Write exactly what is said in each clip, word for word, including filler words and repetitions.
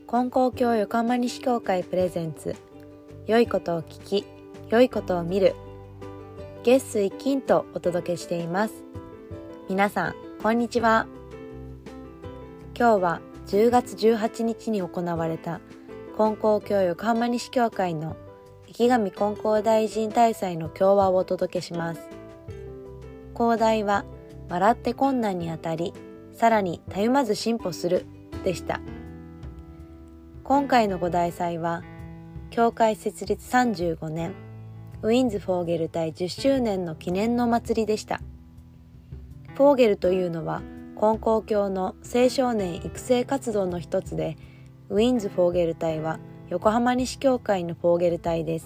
金光教横浜西教会プレゼンツ、良いことを聞き、良いことを見る、月水金とお届けしています。皆さんこんにちは。今日はじゅうがつじゅうはちにちに行われた金光教横浜西教会の池上金光大臣大祭の講話をお届けします。講題は笑って困難にあたり、さらにたゆまず進歩するでした。今回のご大祭は教会設立さんじゅうごねん、ウィンズ・フォーゲル隊じゅっしゅうねんの記念のお祭りでした。フォーゲルというのは金光教の青少年育成活動の一つで、ウィンズ・フォーゲル隊は横浜西教会のフォーゲル隊です。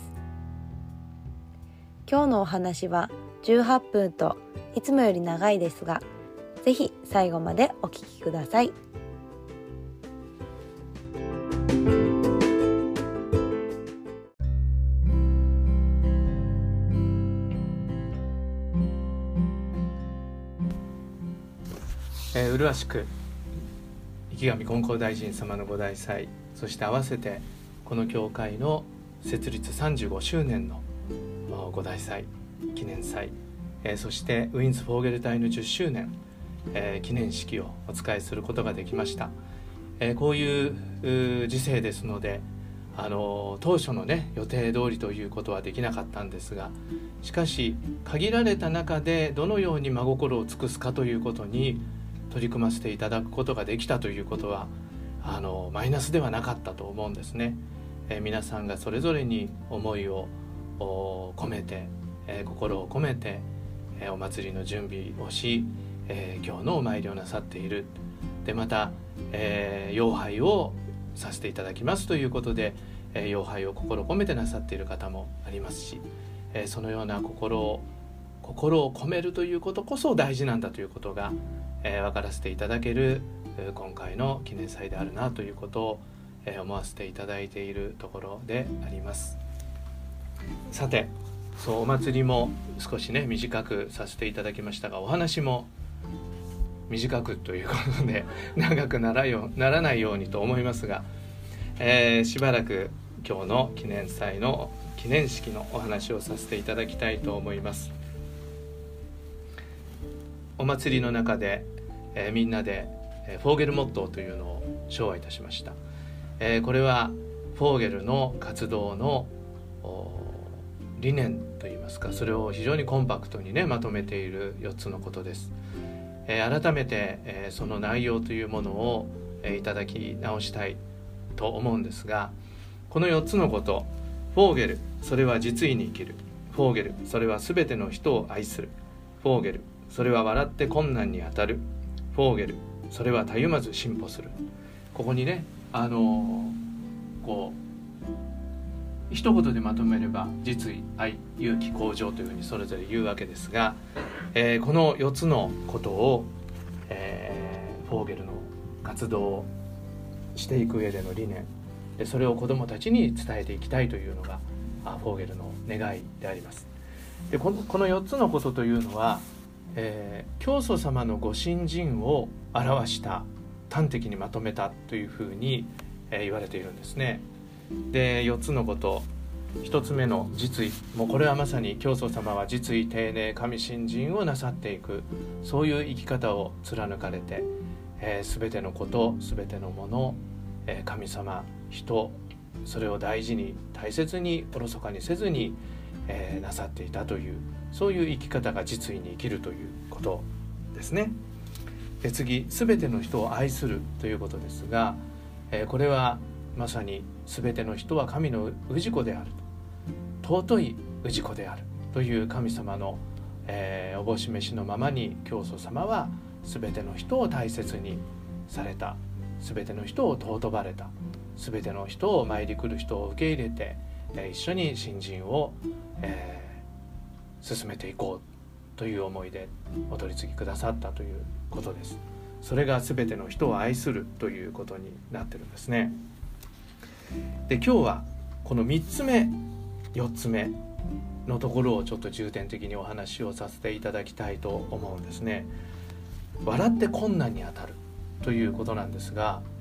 今日のお話はじゅうはっぷんといつもより長いですが、ぜひ最後までお聞きください。 えー、麗しく池上金光大臣様のご大祭、そして合わせてこの教会の設立さんじゅうごしゅうねんのご大祭記念祭、えー、そしてウィンズ・フォーゲル隊のじゅっしゅうねん、えー、記念式をお伝えすることができました。えー、こういう時世ですので、あの当初のね予定通りということはできなかったんですが、しかし限られた中でどのように真心を尽くすかということに取り組ませていただくことができたということは、あのマイナスではなかったと思うんですね。えー、皆さんがそれぞれに思いを込めて、えー、心を込めて、えー、お祭りの準備をし、えー、今日のお参りをなさっている。でまた、えー、妖拝をさせていただきますということで、えー、妖拝を心を込めてなさっている方もありますし、えー、そのような心を心を込めるということこそ大事なんだということが、えー、分からせていただける今回の記念祭であるなということを、えー、思わせていただいているところであります。さて、そうお祭りも少しね短くさせていただきましたが、お話も短くということで長くならよならないようにと思いますが、えー、しばらく今日の記念祭の記念式のお話をさせていただきたいと思います。お祭りの中で、えー、みんなで、えー、フォーゲルモットーというのを唱和いたしました。えー、これはフォーゲルの活動の理念といいますか、それを非常にコンパクトにねまとめているよっつのことです。えー、改めて、えー、その内容というものを、えー、いただき直したいと思うんですが、このよっつのこと、フォーゲル、それは実意に生きる。フォーゲル、それはすべての人を愛する。フォーゲル、それは笑って困難に当たる。フォーゲル、それはたゆまず進歩する。ここにね、あのー、こう一言でまとめれば実意、愛、勇気、向上というふうにそれぞれ言うわけですが、えー、このよっつのことを、えー、フォーゲルの活動をしていく上での理念、それを子どもたちに伝えていきたいというのがフォーゲルの願いであります。でこの、このよっつのことというのは、えー、教祖様のご信心を表した端的にまとめたというふうに、えー、言われているんですね。でよっつのこと、ひとつめの実意、もうこれはまさに教祖様は実意丁寧神信心をなさっていく、そういう生き方を貫かれて、えー、全てのこと、全てのもの、えー、神様、人、それを大事に大切におろそかにせずに、えー、なさっていたという、そういう生き方が実意に生きるということですね。で次、全ての人を愛するということですが、えー、これはまさに全ての人は神の氏子であると、尊い氏子であるという神様の、えー、おぼしめしのままに教祖様は全ての人を大切にされた、全ての人を尊ばれた、全ての人を参り来る人を受け入れて、えー、一緒に信心を、えー、進めていこうという思いでお取り次ぎくださったということです。それが全ての人を愛するということになってるんですね。で今日はこのみっつめよっつめのところをちょっと重点的にお話をさせていただきたいと思うんですね。笑って困難に当たるということなんですが、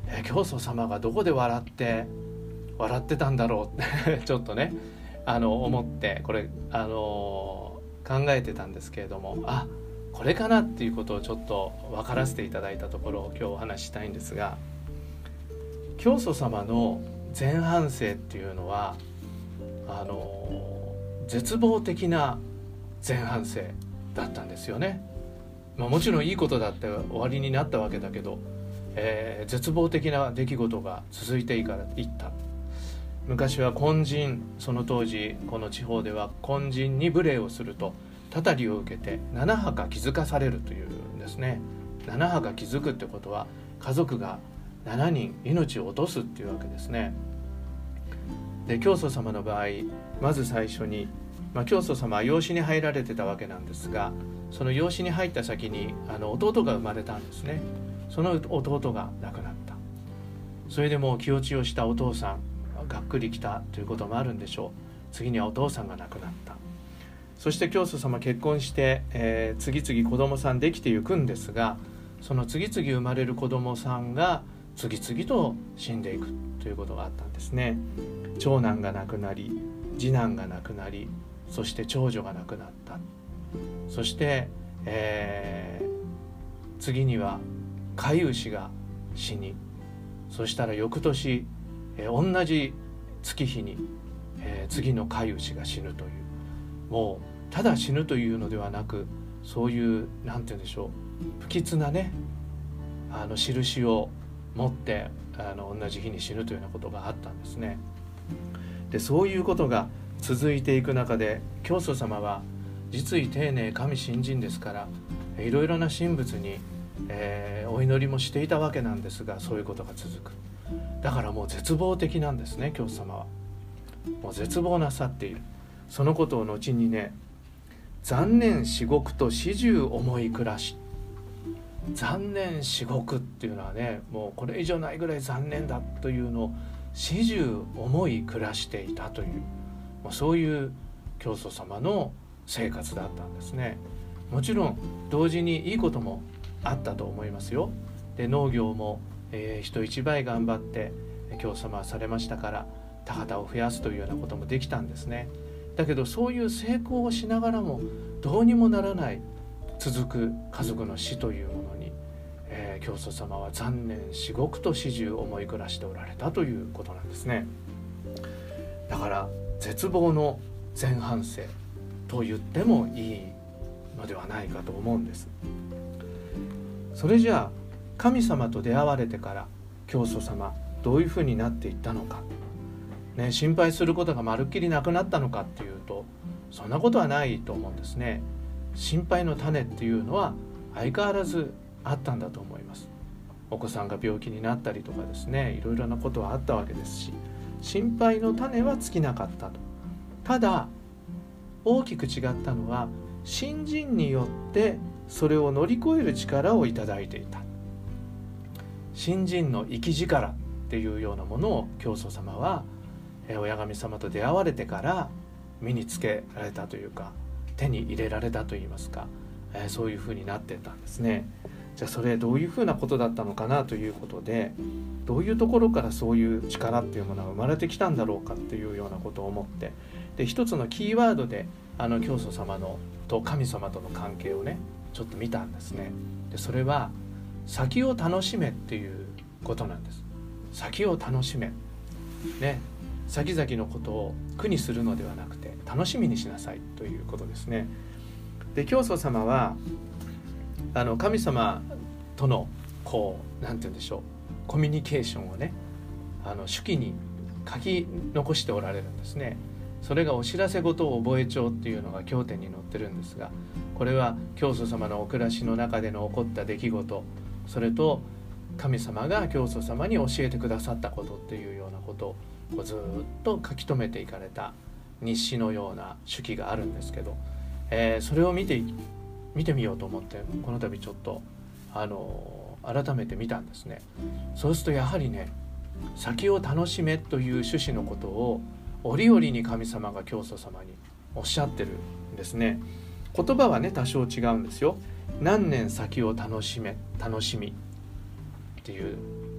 え教祖様がどこで笑って笑ってたんだろうってちょっとねあの思ってこれあの考えてたんですけれども、あこれかなっていうことをちょっと分からせていただいたところを今日お話ししたいんですが、教祖様の前半生っていうのはあの絶望的な前半生だったんですよね。まあ、もちろんいいことだって終わりになったわけだけど、えー、絶望的な出来事が続いていからいった。昔は金人、その当時この地方では金人に無礼をするとたたりを受けて七墓気づかされるというんですね。七墓気づくってことは家族がしちにん命を落とすっていうわけですね。で教祖様の場合まず最初に、まあ、教祖様は養子に入られてたわけなんですが、その養子に入った先にあの弟が生まれたんですね。その弟が亡くなった。それでもう気落ちをしたお父さんがっくりきたということもあるんでしょう。次にはお父さんが亡くなった。そして教祖様結婚して、えー、次々子供さんできていくんですが、その次々生まれる子供さんが次々と死んでいくということがあったんですね。長男が亡くなり、次男が亡くなり、そして長女が亡くなった。そして、えー、次には飼い牛が死に、そしたら翌年、えー、同じ月日に、えー、次の飼い牛が死ぬという、もうただ死ぬというのではなく、そういうなんて言うんでしょう、不吉なねあの印を持ってあの同じ日に死ぬというようなことがあったんですね。でそういうことが続いていく中で、教祖様は実意丁寧神信心ですから、いろいろな神仏に、えー、お祈りもしていたわけなんですが、そういうことが続く。だからもう絶望的なんですね。教祖様はもう絶望なさっている。そのことを後にね、残念至極と始終思い暮らし、残念至極っていうのはね、もうこれ以上ないぐらい残念だというのを始終思い暮らしていたという、もうそういう教祖様の生活だったんですね。もちろん同時にいいこともあったと思いますよ。で農業も、えー、人一倍頑張って教祖様はされましたから、田畑を増やすというようなこともできたんですね。だけどそういう成功をしながらもどうにもならない続く家族の死というものに、えー、教祖様は残念至極と始終思い暮らしておられたということなんですね。だから絶望の前半生と言ってもいいのではないかと思うんです。それじゃあ神様と出会われてから教祖様どういうふうになっていったのか、ね、心配することがまるっきりなくなったのかっていうと、そんなことはないと思うんですね。心配の種っていうのは相変わらずあったんだと思います。お子さんが病気になったりとかですね、いろいろなことはあったわけですし、心配の種は尽きなかったと。ただ大きく違ったのは、信心によってそれを乗り越える力をいただいていた。信心の生き力っていうようなものを教祖様は親神様と出会われてから身につけられたというか、手に入れられたといいますか、えー、そういうふうになってたんですね。じゃあそれどういうふうなことだったのかなということで、どういうところからそういう力っていうものが生まれてきたんだろうかっていうようなことを思って、で一つのキーワードであの教祖様のと神様との関係をねちょっと見たんですね。でそれは先を楽しめっていうことなんです。先を楽しめね、先々のことを苦にするのではなくて楽しみにしなさいということですね。で教祖様はあの神様とのこうなんて言うんでしょう、コミュニケーションをねあの手記に書き残しておられるんですね。それがお知らせ事を覚え帳っていうのが経典に載ってるんですが、これは教祖様のお暮らしの中での起こった出来事、それと神様が教祖様に教えてくださったことっていうようなことをこうずっと書き留めていかれた日誌のような手記があるんですけど、えー、それを見て見てみようと思ってこの度ちょっとあの改めて見たんですね。そうするとやはりね、先を楽しめという趣旨のことを折々に神様が教祖様におっしゃってるんですね。言葉はね多少違うんですよ。何年先を楽しめ楽しみっていう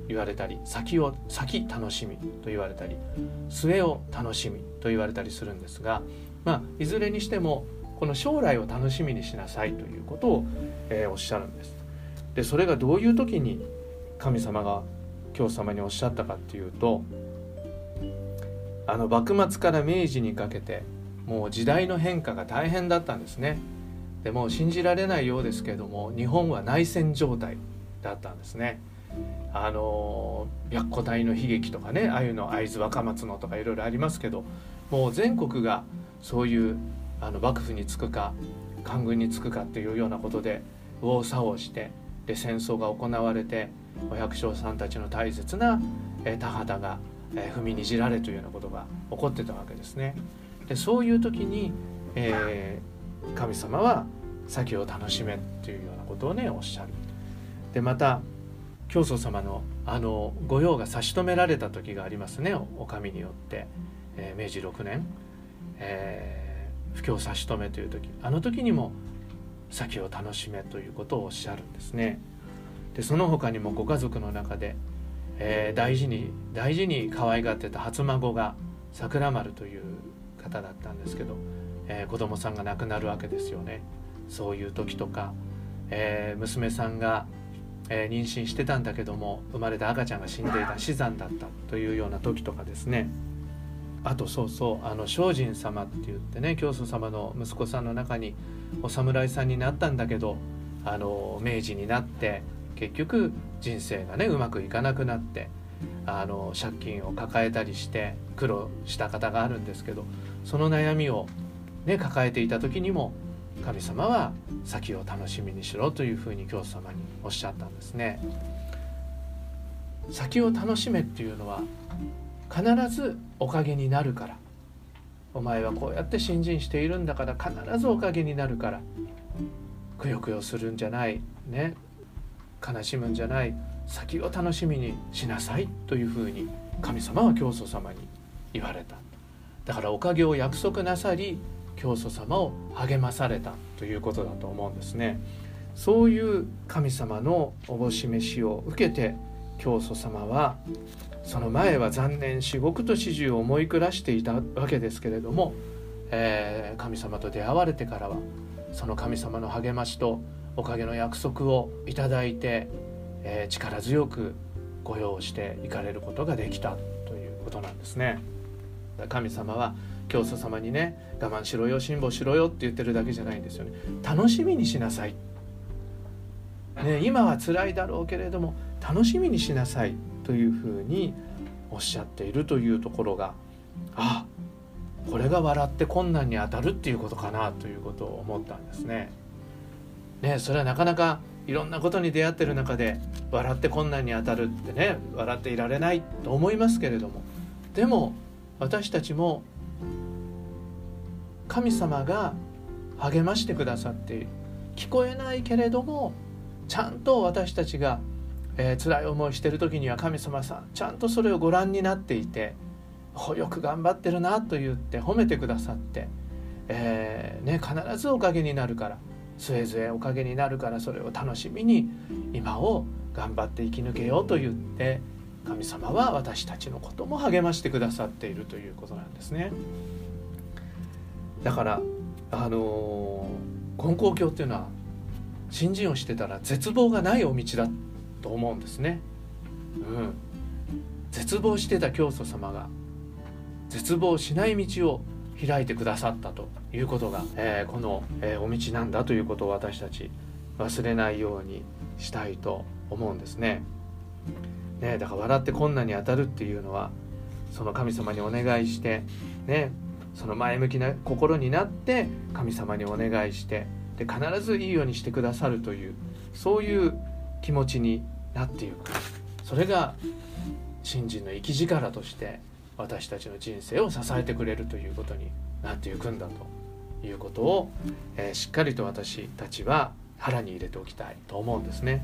言われたり、先を先楽しみと言われたり、末を楽しみと言われたりするんですが、まあ、いずれにしてもこの将来を楽しみにしなさいということを、えー、おっしゃるんです。でそれがどういう時に神様が教祖様におっしゃったかっていうと、あの幕末から明治にかけてもう時代の変化が大変だったんですね。でもう信じられないようですけれども、日本は内戦状態だったんですね。あの白虎隊の悲劇とかね、ああいうの会津若松のとかいろいろありますけど、もう全国がそういうあの幕府につくか官軍につくかっていうようなことで右往左往して、で戦争が行われて、お百姓さんたちの大切な、えー、田畑が、えー、踏みにじられというようなことが起こってたわけですね。でそういう時に、えー、神様は先を楽しめというようなことをねおっしゃる。でまた教祖様のあの御用が差し止められた時がありますね、お上によって、えー、明治ろくねん、えー、布教差し止めという時、あの時にも先を楽しめということをおっしゃるんですね。でその他にもご家族の中で、えー、大事に大事に可愛がってた初孫が桜丸という方だったんですけど、えー、子供さんが亡くなるわけですよね。そういう時とか、えー、娘さんがえー、妊娠してたんだけども生まれた赤ちゃんが死んでいた、死産だったというような時とかですね。あとそうそうあの精進様って言ってね、教祖様の息子さんの中にお侍さんになったんだけど、あの明治になって結局人生がねうまくいかなくなって、あの借金を抱えたりして苦労した方があるんですけど、その悩みを、ね、抱えていた時にも神様は先を楽しみにしろというふうに教祖様におっしゃったんですね。先を楽しめっていうのは必ずおかげになるから、お前はこうやって信心しているんだから必ずおかげになるから、くよくよするんじゃない、ね、悲しむんじゃない、先を楽しみにしなさいというふうに神様は教祖様に言われた。だからおかげを約束なさり、教祖様を励まされたということだと思うんですね。そういう神様のおぼし召しを受けて、教祖様はその前は残念至極と始終を思い暮らしていたわけですけれども、えー、神様と出会われてからはその神様の励ましとおかげの約束をいただいて、えー、力強く御用していかれることができたということなんですね。神様は教祖様にね、我慢しろよ、辛抱しろよって言ってるだけじゃないんですよね。楽しみにしなさい、ね、今は辛いだろうけれども楽しみにしなさいというふうにおっしゃっているというところが、あ、これが笑って困難に当たるっていうことかなということを思ったんですね。ね、それはなかなかいろんなことに出会ってる中で笑って困難に当たるってね、笑っていられないと思いますけれども、でも私たちも神様が励ましてくださっている、聞こえないけれどもちゃんと私たちが、えー、辛い思いしている時には神様さんちゃんとそれをご覧になっていて、よく頑張ってるなと言って褒めてくださって、えーね、必ずおかげになるから、すえずえおかげになるから、それを楽しみに今を頑張って生き抜けようと言って、神様は私たちのことも励ましてくださっているということなんですね。だからあのー、金光教っていうのは信心をしてたら絶望がないお道だと思うんですね、うん、絶望してた教祖様が絶望しない道を開いてくださったということが、えー、この、えー、お道なんだということを私たち忘れないようにしたいと思うんですね。ね、だから笑って困難に当たるっていうのは、その神様にお願いしてね、その前向きな心になって神様にお願いして、で必ずいいようにしてくださるという、そういう気持ちになっていく、それが信心の生き力として私たちの人生を支えてくれるということになっていくんだということを、えー、しっかりと私たちは腹に入れておきたいと思うんですね。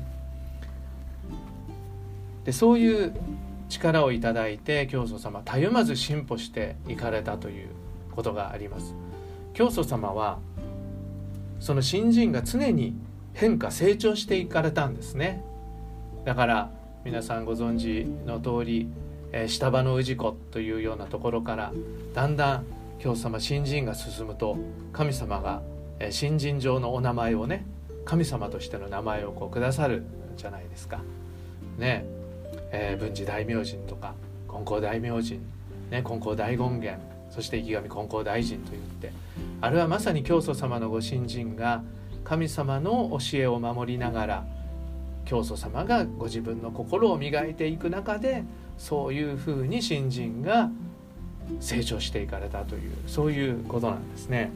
でそういう力をいただいて教祖様たゆまず進歩していかれたということがあります。教祖様はその信心が常に変化成長していかれたんですね。だから皆さんご存知の通り、えー、下場の氏子というようなところからだんだん教様信心が進むと、神様が、えー、信心上のお名前をね、神様としての名前をこうくださるじゃないですかね。えー、文治大明神とか金光大明神、ね、金光大権現、そして池上金光大臣といって、あれはまさに教祖様のご信心が神様の教えを守りながら、教祖様がご自分の心を磨いていく中で、そういうふうに信心が成長していかれたという、そういうことなんですね。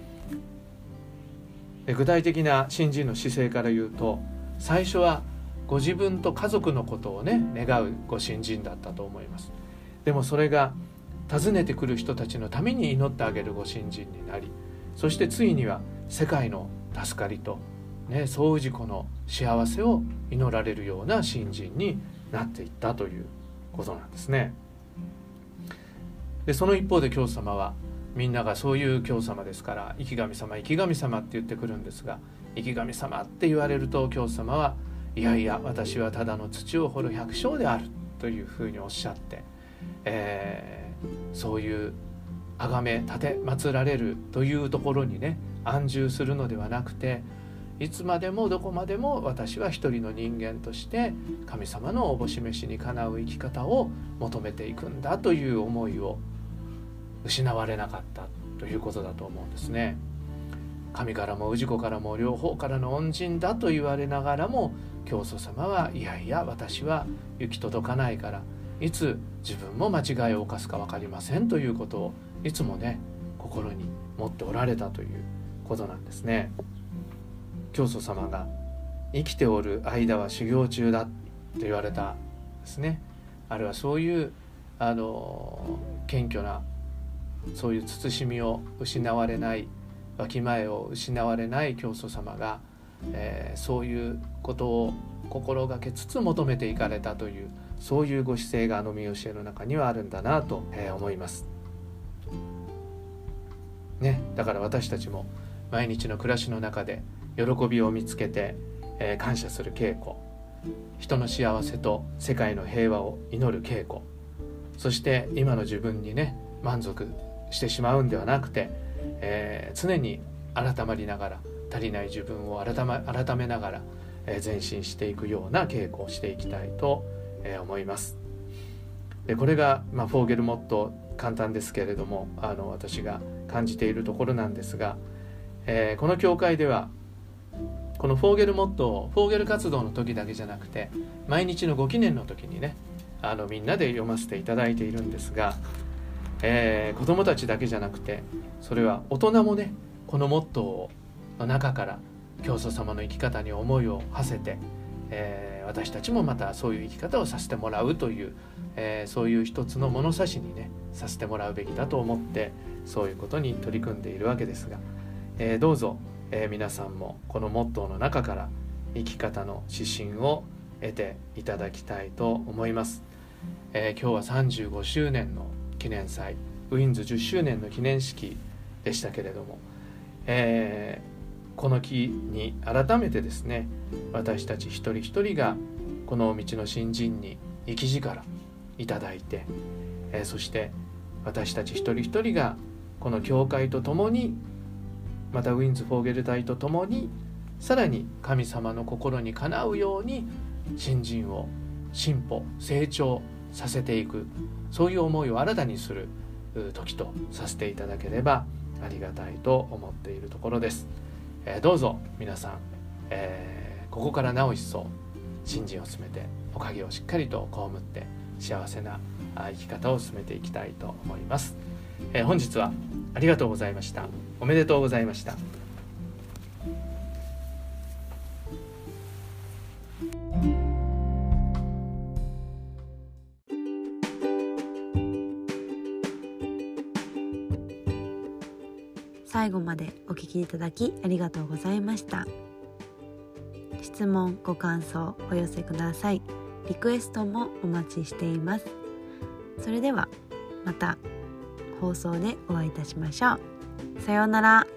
で、具体的な信心の姿勢から言うと、最初はご自分と家族のことをね願うご信心だったと思います。でもそれが訪ねてくる人たちのために祈ってあげるご信心になり、そしてついには世界の助かりと、ね、総氏子の幸せを祈られるような信心になっていったということなんですね。で、その一方で教様は、みんながそういう教様ですから、生神様生神様って言ってくるんですが、生神様って言われると教様は、いやいや私はただの土を掘る百姓であるというふうにおっしゃって、えー、そういう崇め立て祀られるというところにね安住するのではなくて、いつまでもどこまでも私は一人の人間として神様のおぼし召しにかなう生き方を求めていくんだという思いを失われなかったということだと思うんですね。神からも氏子からも両方からの恩人だと言われながらも、教祖様はいやいや私は行き届かないから、いつ自分も間違いを犯すか分かりませんということをいつもね心に持っておられたということなんですね。教祖様が生きておる間は修行中だと言われたんですね。あれはそういうあの謙虚な、そういう慎みを失われない、わきまえを失われない教祖様が、えー、そういうことを心がけつつ求めていかれたという、そういうご姿勢があの御教えの中にはあるんだなと、えー、思いますね。だから私たちも毎日の暮らしの中で喜びを見つけて、えー、感謝する稽古、人の幸せと世界の平和を祈る稽古、そして今の自分にね満足してしまうんではなくて、えー、常に改まりながら、足りない自分を改め、改めながら、えー、前進していくような稽古をしていきたいと、えー、思います。で、これが、まあ、フォーゲルモット、簡単ですけれどもあの私が感じているところなんですが、えー、この教会ではこのフォーゲルモットをフォーゲル活動の時だけじゃなくて、毎日のご記念の時にねあのみんなで読ませていただいているんですが、えー、子どもたちだけじゃなくて、それは大人もねこのモットーの中から教祖様の生き方に思いを馳せて、えー、私たちもまたそういう生き方をさせてもらうという、えー、そういう一つの物差しにねさせてもらうべきだと思って、そういうことに取り組んでいるわけですが、えー、どうぞ、えー、皆さんもこのモットーの中から生き方の指針を得ていただきたいと思います。えー、今日はさんじゅうごしゅうねんの記念祭、ウィンズじゅっしゅうねんの記念式でしたけれども、えー、この日に改めてですね、私たち一人一人がこの道の新人に生き力いただいて、えー、そして私たち一人一人がこの教会とともに、またウィンズ・フォーゲル隊とともに、さらに神様の心にかなうように新人を進歩成長させていく、そういう思いを新たにする時とさせていただければありがたいと思っているところです。えー、どうぞ皆さん、えー、ここからなお一層信心を進めて、おかげをしっかりと被って幸せな生き方を進めていきたいと思います。えー、本日はありがとうございました。おめでとうございました。 最後までお聞きいただきありがとうございました。質問ご感想お寄せください。リクエストもお待ちしています。それではまた放送でお会いいたしましょう。さようなら。